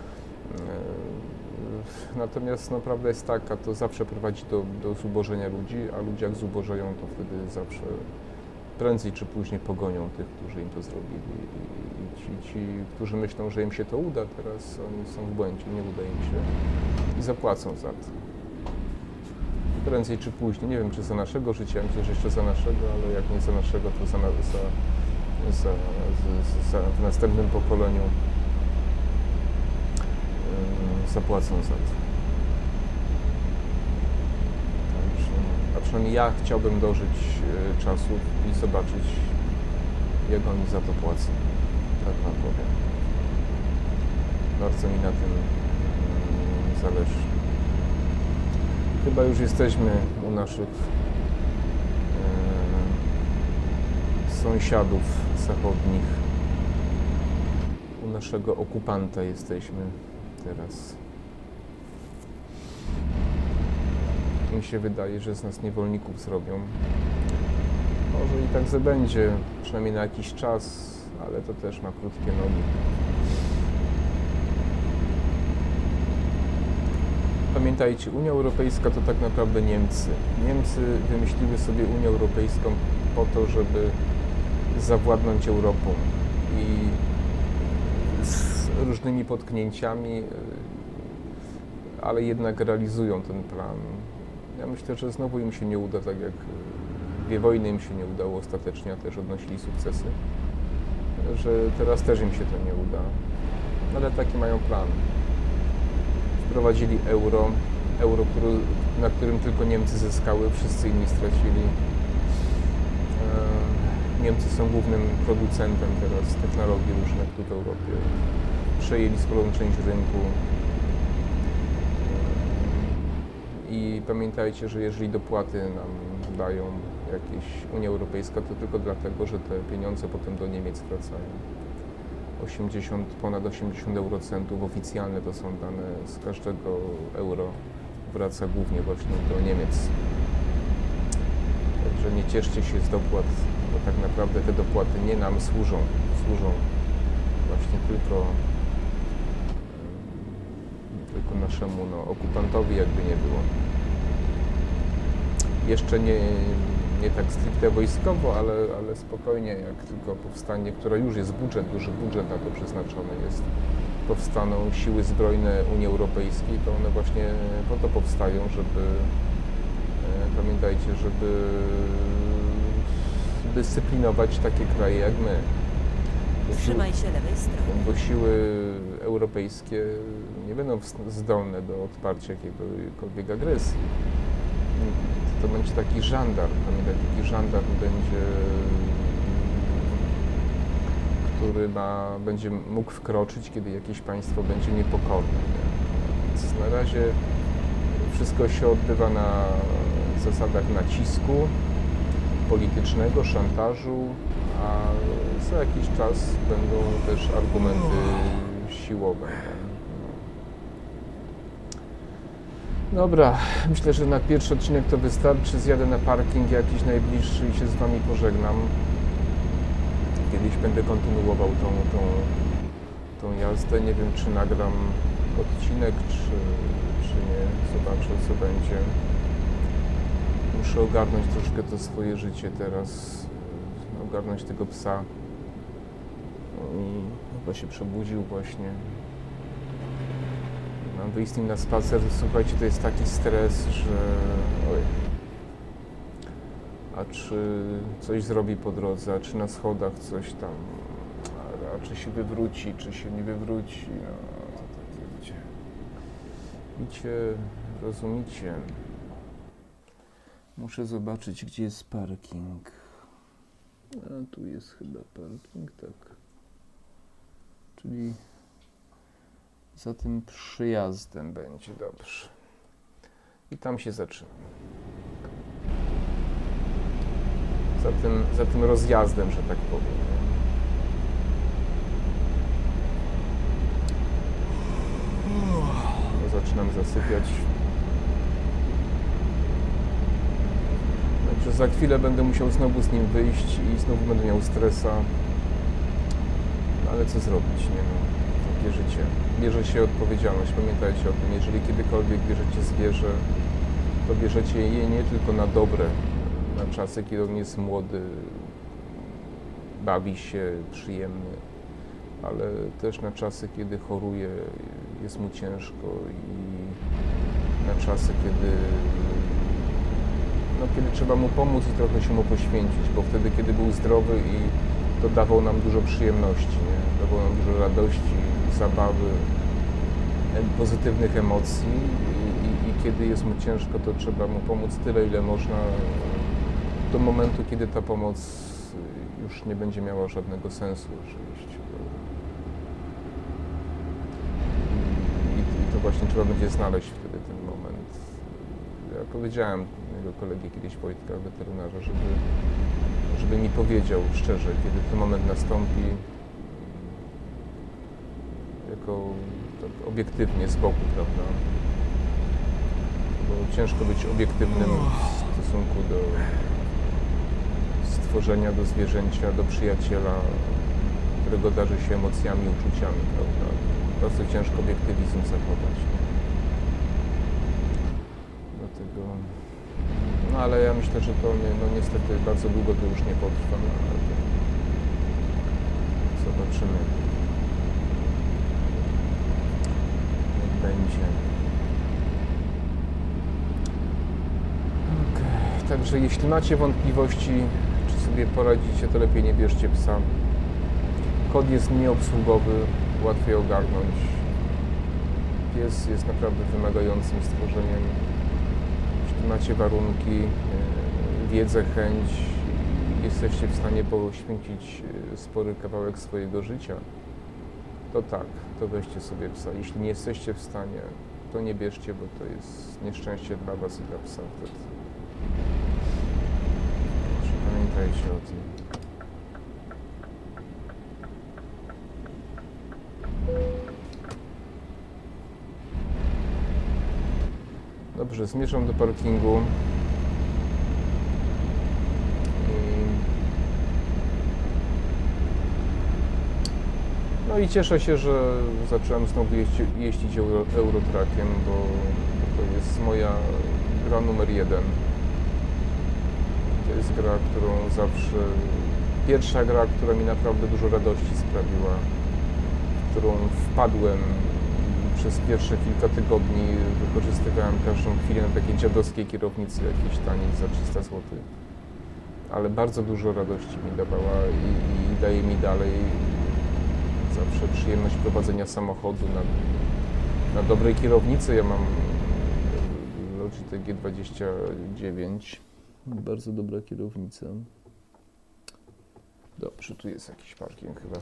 Natomiast no, prawda jest taka, to zawsze prowadzi do zubożenia ludzi, a ludzie jak zubożeją, to wtedy zawsze prędzej czy później pogonią tych, którzy im to zrobili. I ci, którzy myślą, że im się to uda, teraz oni są w błędzie, nie uda im się i zapłacą za to. Prędzej czy później, nie wiem czy za naszego życia, myślę, że jeszcze za naszego, ale jak nie za naszego, to w następnym pokoleniu zapłacą za to. A przynajmniej ja chciałbym dożyć czasów i zobaczyć, jak oni za to płacą. Tak wam powiem. Bardzo mi na tym zależy. Chyba już jesteśmy u naszych sąsiadów zachodnich. U naszego okupanta jesteśmy teraz. Mi się wydaje, że z nas niewolników zrobią. Może i tak będzie, przynajmniej na jakiś czas, ale to też ma krótkie nogi. Pamiętajcie, Unia Europejska to tak naprawdę Niemcy. Niemcy wymyśliły sobie Unię Europejską po to, żeby zawładnąć Europą i z różnymi potknięciami, ale jednak realizują ten plan. Ja myślę, że znowu im się nie uda, tak jak dwie wojny im się nie udało ostatecznie, a też odnosili sukcesy, że teraz też im się to nie uda, ale taki mają plan. Wprowadzili euro, na którym tylko Niemcy zyskały, wszyscy inni stracili. Niemcy są głównym producentem teraz technologii różnych tu w Europie. Przejęli sporą część rynku. I pamiętajcie, że jeżeli dopłaty nam dają jakieś Unia Europejska, to tylko dlatego, że te pieniądze potem do Niemiec wracają. Ponad 80 eurocentów oficjalne to są dane z każdego euro wraca głównie właśnie do Niemiec. Także nie cieszcie się z dopłat, bo tak naprawdę te dopłaty nie nam służą właśnie tylko naszemu okupantowi, jakby nie było. Jeszcze nie tak stricte wojskowo, ale spokojnie, jak tylko powstanie, która już jest duży budżet na to przeznaczony jest, powstaną siły zbrojne Unii Europejskiej, to one właśnie po to powstają, żeby, pamiętajcie, żeby dyscyplinować takie kraje jak my. Trzymaj się lewej strony. Bo siły europejskie nie będą zdolne do odparcia jakiejkolwiek agresji. To będzie taki żandarm, taki żandarm będzie, który będzie mógł wkroczyć, kiedy jakieś państwo będzie niepokorne. Więc na razie wszystko się odbywa na zasadach nacisku politycznego, szantażu, a za jakiś czas będą też argumenty siłowe. Dobra, myślę, że na pierwszy odcinek to wystarczy. Zjadę na parking jakiś najbliższy i się z Wami pożegnam. Kiedyś będę kontynuował tą jazdę. Nie wiem, czy nagram odcinek, czy nie. Zobaczę, co będzie. Muszę ogarnąć troszkę to swoje życie teraz. Ogarnąć tego psa. I chyba się przebudził właśnie. Mam wyjść z nim na spacer. Słuchajcie, to jest taki stres, że... Oj. A czy coś zrobi po drodze, a czy na schodach coś tam, a czy się wywróci, czy się nie wywróci. No, to takie, wiecie, rozumicie. Muszę zobaczyć, gdzie jest parking. A tu jest chyba parking, tak. Czyli za tym przyjazdem będzie dobrze. I tam się zaczyna. Za tym rozjazdem, że tak powiem. No, zaczynam zasypiać. Także za chwilę będę musiał znowu z nim wyjść i znowu będę miał stresa. No, ale co zrobić, nie? No, takie życie. Bierze się odpowiedzialność, pamiętajcie o tym. Jeżeli kiedykolwiek bierzecie zwierzę, to bierzecie je nie tylko na dobre, na czasy, kiedy on jest młody, bawi się, przyjemny, ale też na czasy, kiedy choruje, jest mu ciężko i na czasy, kiedy trzeba mu pomóc i trochę się mu poświęcić, bo wtedy, kiedy był zdrowy i to dawał nam dużo przyjemności, nie? Dawał nam dużo radości, zabawy, pozytywnych emocji i kiedy jest mu ciężko, to trzeba mu pomóc tyle, ile można, do momentu, kiedy ta pomoc już nie będzie miała żadnego sensu oczywiście. I to właśnie trzeba będzie znaleźć wtedy ten moment. Ja powiedziałem jego kolegi kiedyś, Wojtka, weterynarza, żeby mi powiedział szczerze, kiedy ten moment nastąpi, jako tak obiektywnie, z boku, prawda? Bo ciężko być obiektywnym w stosunku do stworzenia, do zwierzęcia, do przyjaciela, którego darzy się emocjami, uczuciami, prawda? Bardzo ciężko obiektywizm zachować. Dlatego... No ale ja myślę, że to niestety bardzo długo to już nie potrwa, no, ale zobaczymy, jak będzie. Okay. Także jeśli macie wątpliwości, czy sobie poradzicie, to lepiej nie bierzcie psa. Kod jest nieobsługowy, łatwiej ogarnąć. Pies jest naprawdę wymagającym stworzeniem. Jeśli macie warunki, wiedzę, chęć, jesteście w stanie poświęcić spory kawałek swojego życia, to tak, to weźcie sobie psa. Jeśli nie jesteście w stanie, to nie bierzcie, bo to jest nieszczęście dla was i dla psa wtedy. Pamiętajcie o tym. Dobrze, zmierzam do parkingu. No i cieszę się, że zacząłem znowu jeździć Eurotrackiem, bo to jest moja gra numer 1. To jest gra, którą zawsze... Pierwsza gra, która mi naprawdę dużo radości sprawiła, w którą wpadłem i przez pierwsze kilka tygodni wykorzystywałem każdą chwilę na takiej dziadowskiej kierownicy jakiejś taniej za 300 zł. Ale bardzo dużo radości mi dawała i daje mi dalej. Zawsze przyjemność prowadzenia samochodu na dobrej kierownicy. Ja mam Logitech G29. Bardzo dobra kierownica. Dobrze, tu jest jakiś parking chyba.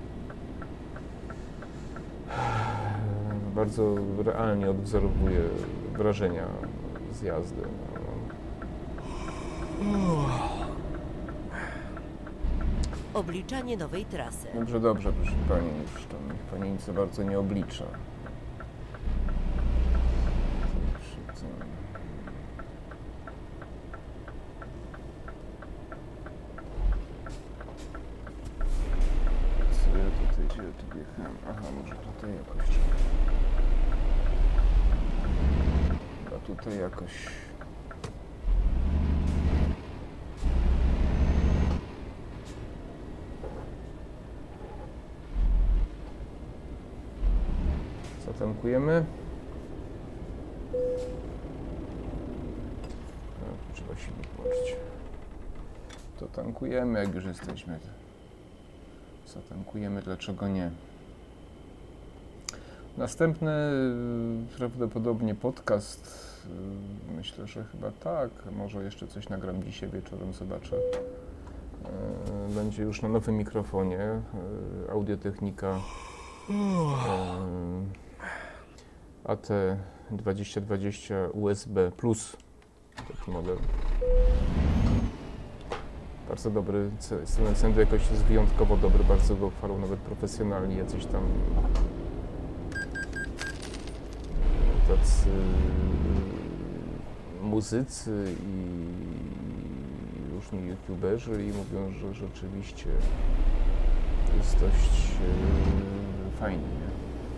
Bardzo realnie odwzorowuje wrażenia z jazdy. Obliczanie nowej trasy. Dobrze, proszę Pani, już tam niech Pani nic za bardzo nie oblicza. Co ja tutaj, gdzie ja tu wjechałem? Aha, może tutaj jakoś. Chyba tutaj jakoś. Zatankujemy. No, trzeba silnik włączyć. To tankujemy, jak już jesteśmy. Zatankujemy, dlaczego nie? Następny prawdopodobnie podcast. Myślę, że chyba tak. Może jeszcze coś nagram dzisiaj wieczorem, zobaczę. Będzie już na nowym mikrofonie. Audio-Technika AT2020 USB Plus, taki model. Bardzo dobry, cena jakoś jest wyjątkowo dobry, bardzo go chwalą nawet profesjonalni, jacyś tam tacy muzycy i różni youtuberzy i mówią, że rzeczywiście jest dość fajnie. Nie?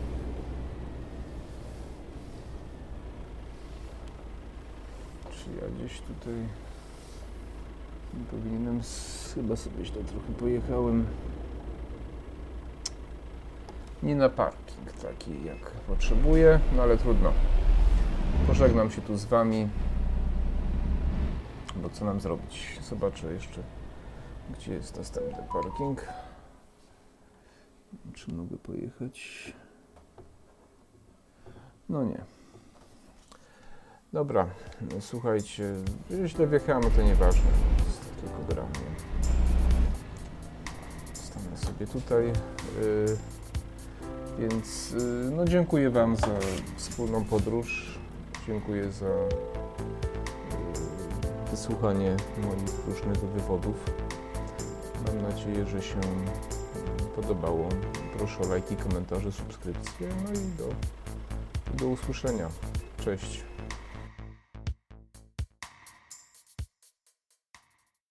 Czy ja gdzieś tutaj powinienem chyba sobie źle trochę pojechałem. Nie na parking taki jak potrzebuję, no ale trudno. Pożegnam się tu z Wami, bo co nam zrobić? Zobaczę jeszcze, gdzie jest następny parking. Czy mogę pojechać? No nie. Dobra, no, słuchajcie, jeżeli źle wjechałem, to nieważne, jest tylko gra, nie? Stanę sobie tutaj, więc no dziękuję Wam za wspólną podróż, dziękuję za wysłuchanie moich różnych wywodów. Mam nadzieję, że się podobało. Proszę o lajki, komentarze, subskrypcje, no i do usłyszenia. Cześć.